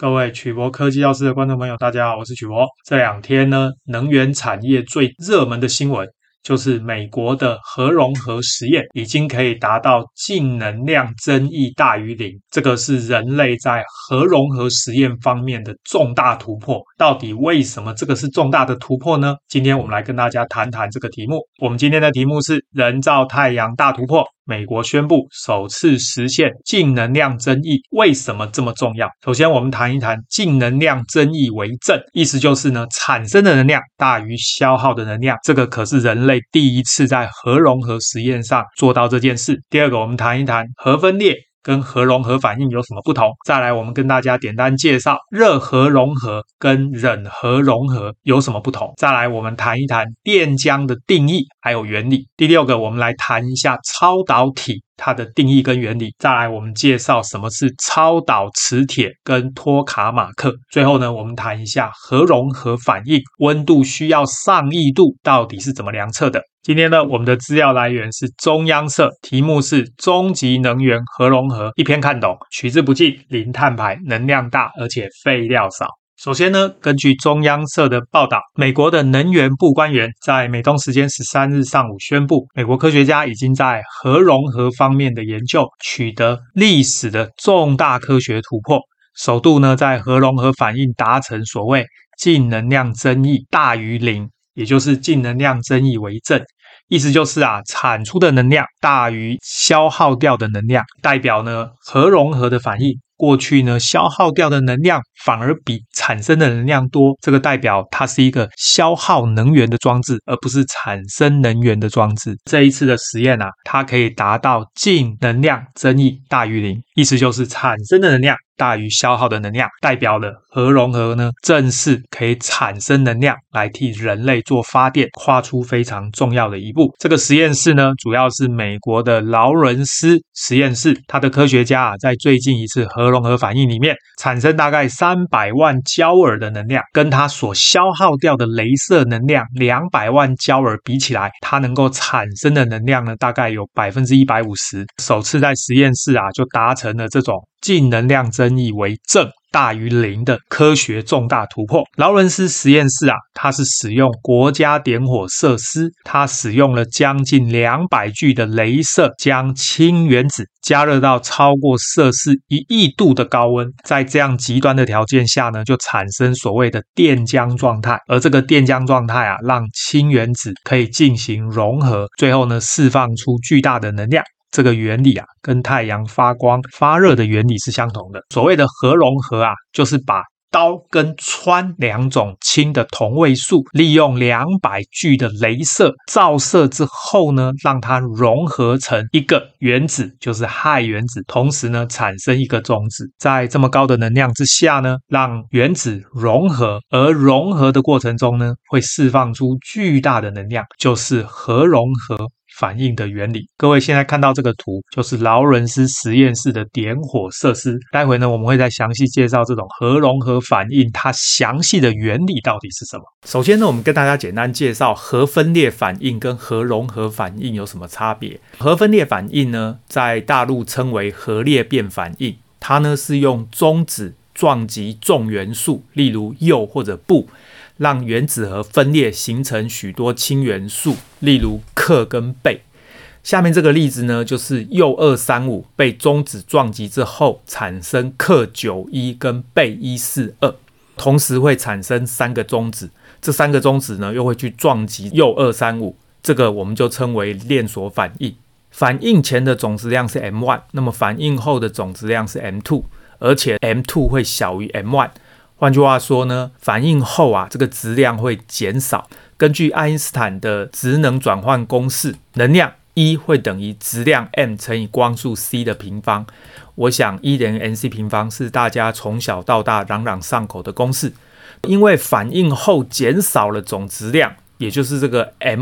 各位曲博科技教室的观众朋友，大家好，我是曲博。这两天呢，能源产业最热门的新闻就是美国的核融合实验已经可以达到净能量增益大于零，这个是人类在核融合实验方面的重大突破。到底为什么这个是重大的突破呢？今天我们来跟大家谈谈这个题目。我们今天的题目是人造太阳大突破，美国宣布首次实现净能量增益，为什么这么重要？首先我们谈一谈净能量增益为正，意思就是呢，产生的能量大于消耗的能量，这个可是人类第一次在核融合实验上做到这件事。第二个，我们谈一谈核分裂跟核融合反应有什么不同。再来我们跟大家简单介绍热核融合跟冷核融合有什么不同。再来我们谈一谈电浆的定义还有原理。第六个，我们来谈一下超导体它的定义跟原理。再来我们介绍什么是超导磁铁跟托卡马克。最后呢，我们谈一下核融合反应温度需要上亿度到底是怎么量测的。今天呢，我们的资料来源是中央社，题目是终极能源核融合，一篇看懂，取之不尽，零碳排，能量大，而且废料少。首先呢，根据中央社的报道，美国的能源部官员在美东时间13日上午宣布，美国科学家已经在核融合方面的研究取得历史的重大科学突破，首度呢在核融合反应达成所谓净能量增益大于零，也就是净能量增益为正。意思就是产出的能量大于消耗掉的能量，代表呢核融合的反应过去呢消耗掉的能量反而比产生的能量多，这个代表它是一个消耗能源的装置，而不是产生能源的装置。这一次的实验它可以达到净能量增益大于零，意思就是产生的能量大于消耗的能量，代表了核融合呢正式可以产生能量来替人类做发电，跨出非常重要的一步。这个实验室呢主要是美国的劳伦斯实验室，他的科学家在最近一次核融合反应里面产生大概300万焦耳的能量，跟他所消耗掉的雷射能量200万焦耳比起来，他能够产生的能量呢大概有 150%， 首次在实验室就达成了这种净能量增益为正大于零的科学重大突破。劳伦斯实验室它是使用国家点火设施，它使用了将近200具的雷射，将氢原子加热到超过摄氏1亿度的高温，在这样极端的条件下呢，就产生所谓的电浆状态，而这个电浆状态让氢原子可以进行融合，最后呢释放出巨大的能量。这个原理跟太阳发光发热的原理是相同的。所谓的核融合就是把氘跟氚两种氢的同位素，利用200具的雷射照射之后呢，让它融合成一个原子，就是氦原子，同时呢产生一个中子。在这么高的能量之下呢，让原子融合，而融合的过程中呢，会释放出巨大的能量，就是核融合反应的原理。各位现在看到这个图，就是劳伦斯实验室的点火设施。待会呢，我们会再详细介绍这种核融合反应它详细的原理到底是什么。首先呢，我们跟大家简单介绍核分裂反应跟核融合反应有什么差别。核分裂反应呢，在大陆称为核裂变反应，它呢是用中子撞击重元素，例如铀或者钚，让原子核分裂形成许多氢元素，例如氪跟钡。下面这个例子呢，就是铀235被中子撞击之后产生氪91跟钡142，同时会产生3个中子，这3个中子呢又会去撞击铀235，这个我们就称为链锁反应。反应前的总质量是 M1， 那么反应后的总质量是 M2， 而且 M2 会小于 M1。换句话说呢，反应后这个质量会减少。根据爱因斯坦的质能转换公式，能量 E 会等于质量 m 乘以光速 c 的平方。我想 E 等于 mc 平方是大家从小到大朗朗上口的公式。因为反应后减少了总质量，也就是这个 M1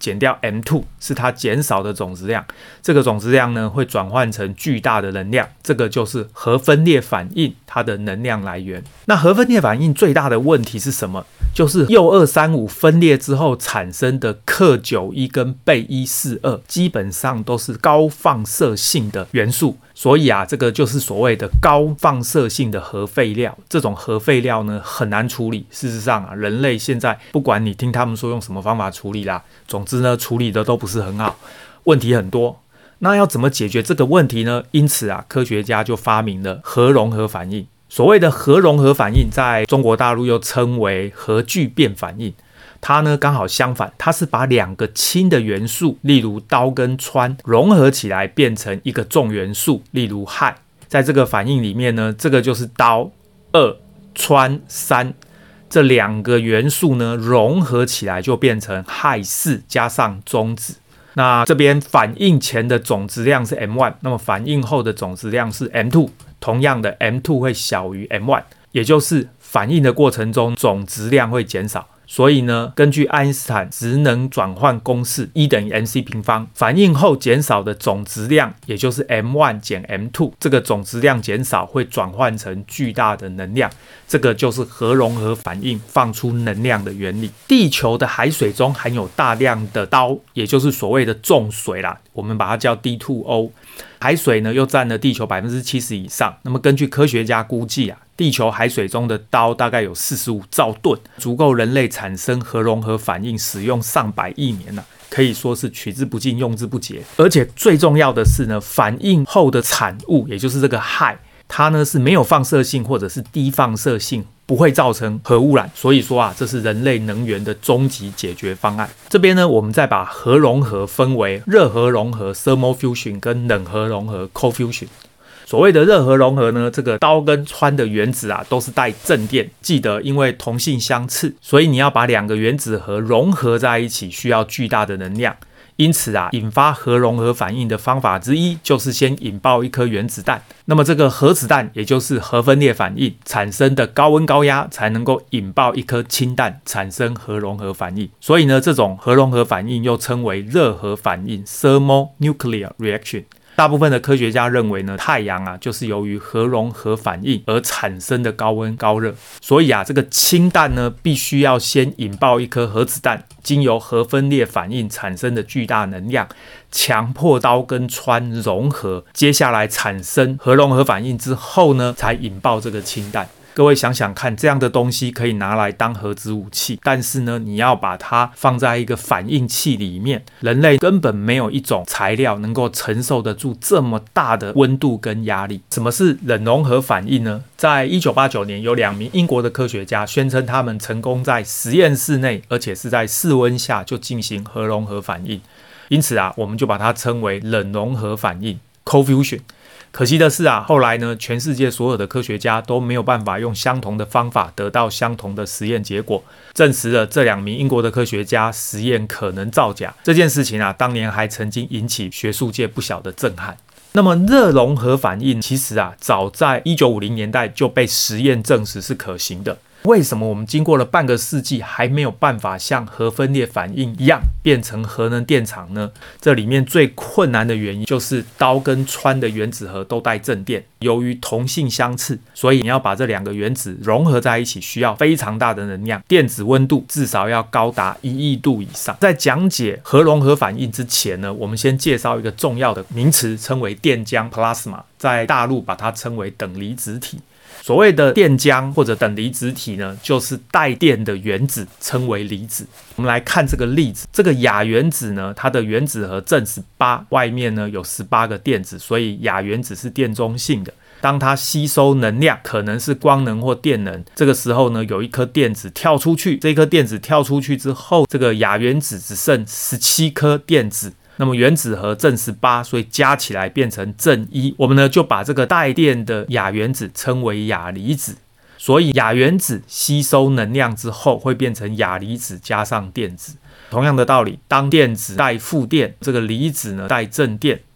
减掉 M2 是它减少的总质量，这个总质量呢会转换成巨大的能量，这个就是核分裂反应它的能量来源。那核分裂反应最大的问题是什么？就是铀235分裂之后产生的氪91跟钡142基本上都是高放射性的元素，所以这个就是所谓的高放射性的核废料。这种核废料呢很难处理，事实上人类现在不管你听他们说用什么方法处理啦，总之呢处理的都不是很好，问题很多。那要怎么解决这个问题呢？因此科学家就发明了核融合反应。所谓的核融合反应在中国大陆又称为核聚变反应，它呢刚好相反，它是把两个轻的元素，例如氘跟氚融合起来变成一个重元素，例如氦。在这个反应里面呢，这个就是氘2、氚3这两个元素呢融合起来就变成氦4加上中子。那这边反应前的总质量是 M1， 那么反应后的总质量是 M2， 同样的 M2 会小于 M1， 也就是反应的过程中总质量会减少。所以呢，根据爱因斯坦质能转换公式 E 等于 mc 平方，反应后减少的总质量也就是 M1 减 M2， 这个总质量减少会转换成巨大的能量，这个就是核融合反应放出能量的原理。地球的海水中含有大量的氘，也就是所谓的重水啦，我们把它叫 D2O。海水呢又占了地球 70% 以上，那么根据科学家估计地球海水中的氘大概有45兆吨，足够人类产生核融合反应使用上百亿年可以说是取之不尽用之不竭。而且最重要的是呢，反应后的产物也就是这个氦，它呢是没有放射性或者是低放射性，不会造成核污染，所以说这是人类能源的终极解决方案。这边呢，我们再把核融合分为热核融合 thermal fusion 跟冷核融合 cold fusion。所谓的热核融合呢，这个氘跟氚的原子都是带正电，记得因为同性相斥，所以你要把两个原子核融合在一起，需要巨大的能量。因此引发核融合反应的方法之一就是先引爆一颗原子弹，那么这个核子弹也就是核分裂反应产生的高温高压才能够引爆一颗氢弹，产生核融合反应。所以呢，这种核融合反应又称为热核反应 thermonuclear reaction。大部分的科学家认为呢，太阳就是由于核融合反应而产生的高温高热，所以这个氢弹呢必须要先引爆一颗核子弹，经由核分裂反应产生的巨大能量强迫氘跟氚融合，接下来产生核融合反应之后呢，才引爆这个氢弹。各位想想看，这样的东西可以拿来当核子武器，但是呢，你要把它放在一个反应器里面，人类根本没有一种材料能够承受得住这么大的温度跟压力。什么是冷融合反应呢？在1989年，有2名英国的科学家宣称他们成功在实验室内，而且是在室温下就进行核融合反应，因此我们就把它称为冷融合反应 cold fusion。可惜的是后来呢，全世界所有的科学家都没有办法用相同的方法得到相同的实验结果，证实了这2名英国的科学家实验可能造假。这件事情当年还曾经引起学术界不小的震撼。那么热融合反应其实早在1950年代就被实验证实是可行的。为什么我们经过了半个世纪还没有办法像核分裂反应一样变成核能电厂呢？这里面最困难的原因就是氘跟氚的原子核都带正电，由于同性相斥，所以你要把这2个原子融合在一起需要非常大的能量，电子温度至少要高达1亿度以上。在讲解核融合反应之前呢，我们先介绍一个重要的名词，称为电浆 plasma， 在大陆把它称为等离子体。所谓的电浆或者等离子体呢，就是带电的原子，称为离子。我们来看这个例子，这个氩原子呢，它的原子核正18，外面呢有18个电子，所以氩原子是电中性的。当它吸收能量，可能是光能或电能，这个时候呢，有一颗电子跳出去，这颗电子跳出去之后，这个氩原子只剩17颗电子。那么原子核正18，所以加起来变成正1，我们呢就把这个带电的氩原子称为氩离子。所以氩原子吸收能量之后会变成氩离子加上电子。同样的道理，当电子带负电，这个离子呢带正电，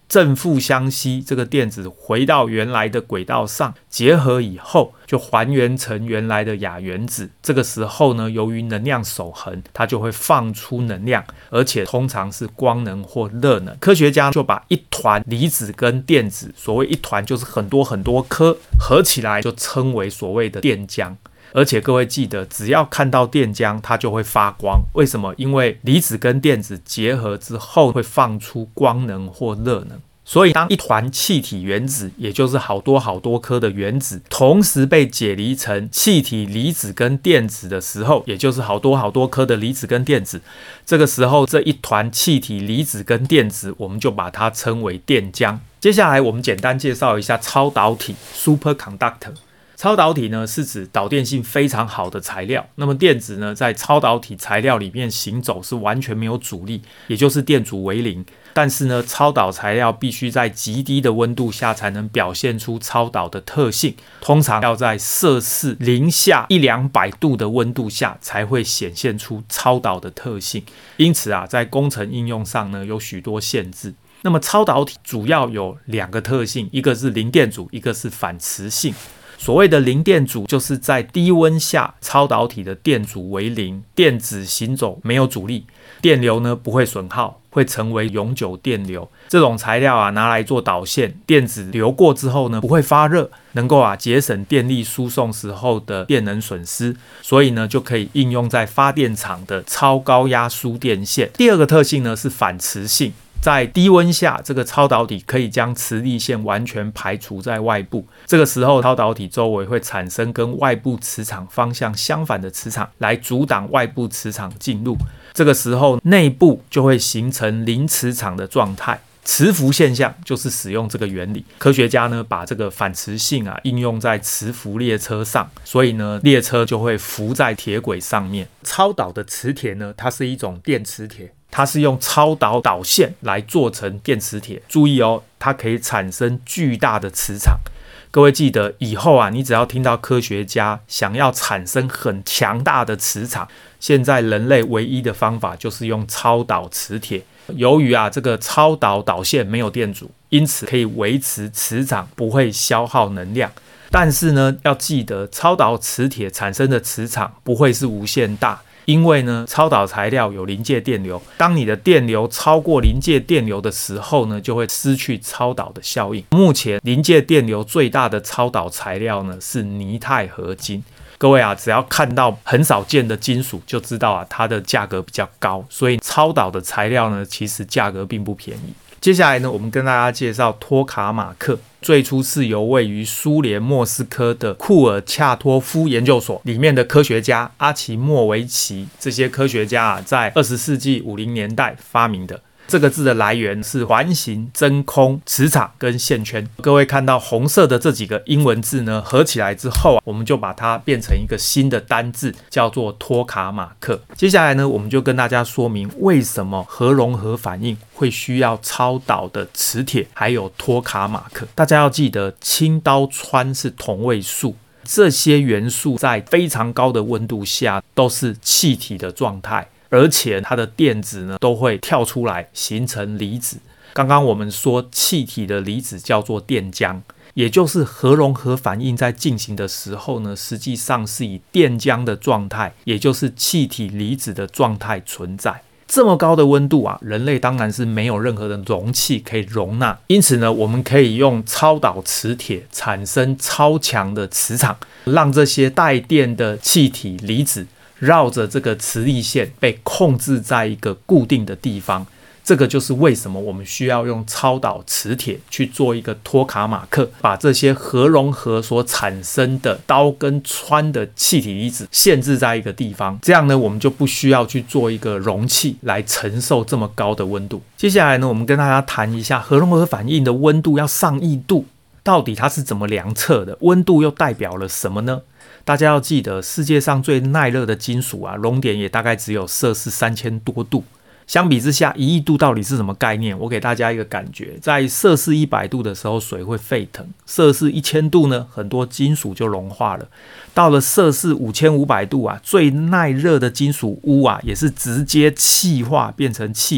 正负相吸，这个电子回到原来的轨道上，结合以后就还原成原来的亚原子。这个时候呢，由于能量守恒，它就会放出能量，而且通常是光能或热能。科学家就把一团离子跟电子，所谓一团就是很多很多颗，合起来就称为所谓的电浆。而且各位记得，只要看到电浆，它就会发光。为什么？因为离子跟电子结合之后会放出光能或热能。所以当一团气体原子，也就是好多好多颗的原子，同时被解离成气体离子跟电子的时候，也就是好多好多颗的离子跟电子，这个时候这一团气体离子跟电子，我们就把它称为电浆。接下来我们简单介绍一下超导体 superconductor。超导体呢是指导电性非常好的材料，那么电子呢在超导体材料里面行走是完全没有阻力，也就是电阻为零。但是呢，超导材料必须在极低的温度下才能表现出超导的特性，通常要在摄氏零下100-200度的温度下才会显现出超导的特性。因此啊，在工程应用上呢有许多限制。那么超导体主要有2个特性，一个是零电阻，一个是反磁性。所谓的零电阻，就是在低温下，超导体的电阻为零，电子行走没有阻力，电流呢不会损耗，会成为永久电流。这种材料啊拿来做导线，电子流过之后呢不会发热，能够节省电力输送时候的电能损失，所以呢就可以应用在发电厂的超高压输电线。第2个特性呢是反磁性。在低温下，这个超导体可以将磁力线完全排除在外部。这个时候，超导体周围会产生跟外部磁场方向相反的磁场，来阻挡外部磁场进入。这个时候，内部就会形成零磁场的状态。磁浮现象就是使用这个原理。科学家呢把这个反磁性应用在磁浮列车上，所以呢列车就会浮在铁轨上面。超导的磁铁呢，它是一种电磁铁。它是用超导导线来做成电磁铁，注意哦，它可以产生巨大的磁场。各位记得以后你只要听到科学家想要产生很强大的磁场，现在人类唯一的方法就是用超导磁铁。由于这个超导导线没有电阻，因此可以维持磁场不会消耗能量。但是呢，要记得超导磁铁产生的磁场不会是无限大。因为呢，超导材料有临界电流，当你的电流超过临界电流的时候呢，就会失去超导的效应。目前临界电流最大的超导材料呢是铌钛合金。各位只要看到很少见的金属，就知道它的价格比较高，所以超导的材料呢，其实价格并不便宜。接下来呢，我们跟大家介绍托卡马克。最初是由位于苏联莫斯科的库尔恰托夫研究所里面的科学家阿奇莫维奇，这些科学家在20世纪50年代发明的。这个字的来源是环形、真空、磁场跟线圈。各位看到红色的这几个英文字呢，合起来之后我们就把它变成一个新的单字，叫做托卡马克。接下来呢，我们就跟大家说明为什么核融合反应会需要超导的磁铁，还有托卡马克。大家要记得，氢、氘、氚是同位素。这些元素在非常高的温度下都是气体的状态，而且它的电子呢都会跳出来形成离子。刚刚我们说气体的离子叫做电浆，也就是核融合反应在进行的时候呢，实际上是以电浆的状态，也就是气体离子的状态存在。这么高的温度人类当然是没有任何的容器可以容纳，因此呢，我们可以用超导磁铁产生超强的磁场，让这些带电的气体离子绕着这个磁力线被控制在一个固定的地方。这个就是为什么我们需要用超导磁铁去做一个托卡马克，把这些核融合所产生的氘跟氚的气体离子限制在一个地方，这样呢，我们就不需要去做一个容器来承受这么高的温度。接下来呢，我们跟大家谈一下核融合反应的温度要上亿度，到底它是怎么量测的？温度又代表了什么呢？大家要记得，世界上最耐热的金属熔点也大概只有摄氏3000多度。相比之下，1亿度到底是什么概念？我给大家一个感觉，在摄氏100度的时候，水会沸腾；摄氏1000度呢，很多金属就融化了。到了摄氏5500度最耐热的金属钨也是直接气化变成气体。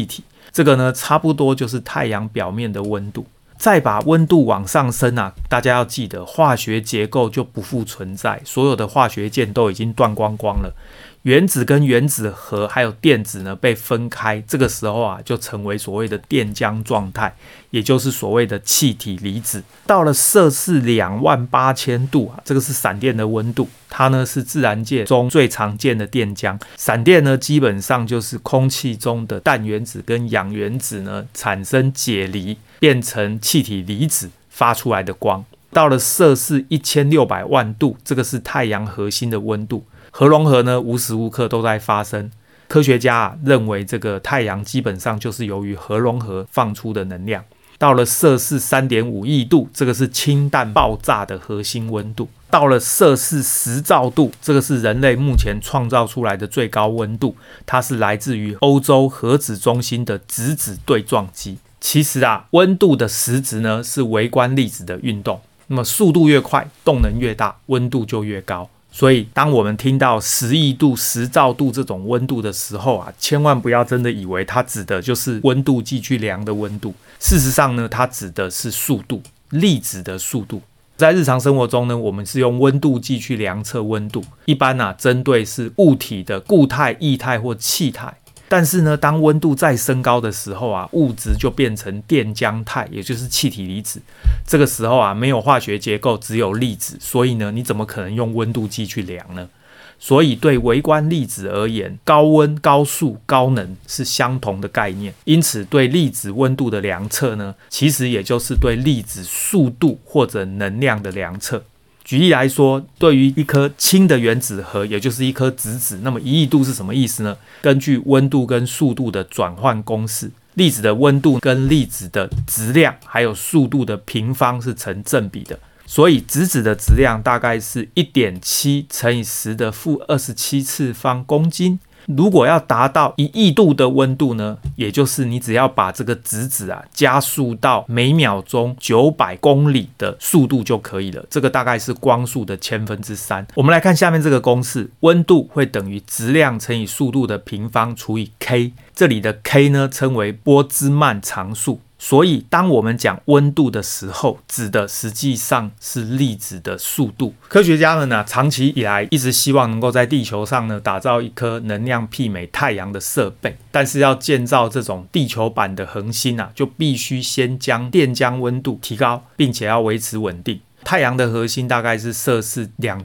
这个呢差不多就是太阳表面的温度。再把温度往上升啊，大家要记得化学结构就不复存在，所有的化学键都已经断光光了。原子跟原子核还有电子呢被分开，这个时候啊就成为所谓的电浆状态，也就是所谓的气体离子。到了摄氏28000度啊，这个是闪电的温度，它呢是自然界中最常见的电浆。闪电呢基本上就是空气中的氮原子跟氧原子呢产生解离，变成气体离子发出来的光。到了摄氏1600万度，这个是太阳核心的温度。核融合呢无时无刻都在发生。科学家认为这个太阳基本上就是由于核融合放出的能量。到了摄氏3.5亿度，这个是氢弹爆炸的核心温度。到了摄氏10兆度，这个是人类目前创造出来的最高温度，它是来自于欧洲核子中心的质子对撞机。其实啊，温度的实质呢是微观粒子的运动，那么速度越快，动能越大，温度就越高。所以当我们听到10亿度、10兆度这种温度的时候啊，千万不要真的以为它指的就是温度计去量的温度。事实上呢，它指的是速度，粒子的速度。在日常生活中呢，我们是用温度计去量测温度，一般啊针对是物体的固态、液态或气态。但是呢，当温度再升高的时候啊，物质就变成电浆态，也就是气体离子。这个时候啊，没有化学结构，只有粒子，所以呢，你怎么可能用温度计去量呢？所以对微观粒子而言，高温、高速、高能是相同的概念。因此，对粒子温度的量测呢，其实也就是对粒子速度或者能量的量测。举例来说，对于一颗氢的原子核，也就是一颗质子，那么1亿度是什么意思呢？根据温度跟速度的转换公式，粒子的温度跟粒子的质量还有速度的平方是成正比的。所以质子的质量大概是 1.7 乘以10的负27次方公斤。如果要达到1亿度的温度呢，也就是你只要把这个质子啊加速到每秒钟900公里的速度就可以了。这个大概是光速的3/1000。我们来看下面这个公式，温度会等于质量乘以速度的平方除以 k， 这里的 k 呢称为波兹曼常数。所以当我们讲温度的时候，指的实际上是粒子的速度。科学家们呢，长期以来一直希望能够在地球上呢打造一颗能量媲美太阳的设备，但是要建造这种地球版的恒星啊，就必须先将电浆温度提高，并且要维持稳定。太阳的核心大概是摄氏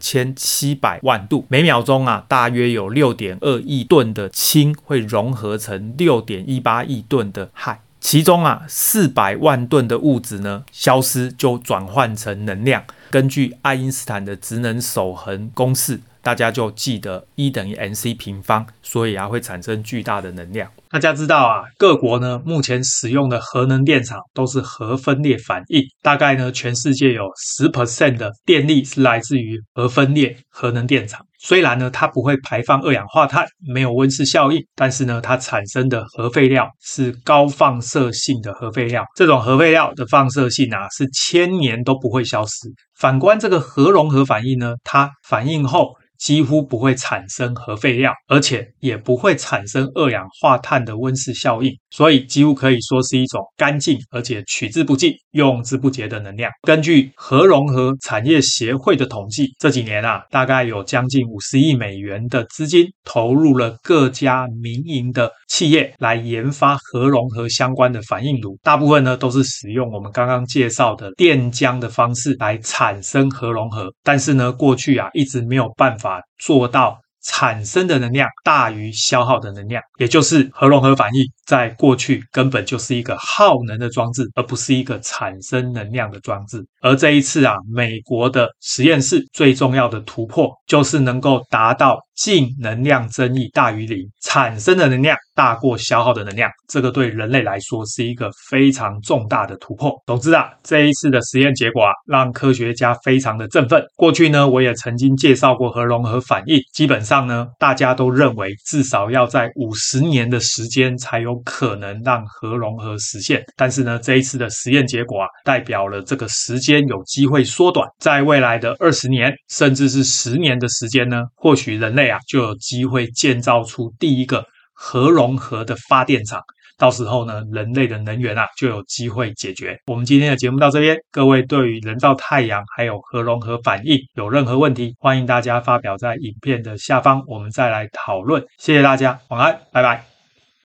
2700万度，每秒钟啊大约有 6.2 亿吨的氢会融合成 6.18 亿吨的氦。其中啊400万吨的物质呢消失，就转换成能量。根据爱因斯坦的质能守恒公式，大家就记得 E 等于 mc 平方，所以会产生巨大的能量。 大家知道啊，各国呢目前使用的核能电厂都是核分裂反应，大概呢全世界有 10% 的电力是来自于核分裂核能电厂。虽然呢它不会排放二氧化碳，没有温室效应，但是呢它产生的核废料是高放射性的核废料，这种核废料的放射性啊是1000年都不会消失。反观这个核融合反应呢，它反应后几乎不会产生核废料，而且也不会产生二氧化碳的温室效应，所以几乎可以说是一种干净而且取之不尽用之不竭的能量。根据核融合产业协会的统计，这几年啊大概有将近50亿美元的资金投入了各家民营的企业来研发核融合相关的反应炉，大部分呢都是使用我们刚刚介绍的电浆的方式来产生核融合。但是呢过去啊一直没有办法做到产生的能量大于消耗的能量，也就是核融合反应在过去根本就是一个耗能的装置，而不是一个产生能量的装置。而这一次啊，美国的实验室最重要的突破就是能够达到净能量增益大于0，产生的能量大过消耗的能量，这个对人类来说是一个非常重大的突破。总之啊，这一次的实验结果啊，让科学家非常的振奋。过去呢，我也曾经介绍过核融合反应，基本上呢，大家都认为至少要在50年的时间才有可能让核融合实现。但是呢，这一次的实验结果啊，代表了这个时间有机会缩短，在未来的20年甚至是10年的时间呢，或许人类就有机会建造出第一个核融合的发电厂。 到时候呢，人类的能源就有机会解决。我们今天的节目到这边，各位对于人造太阳还有核融合反应有任何问题，欢迎大家发表在影片的下方，我们再来讨论。谢谢大家，晚安，拜拜。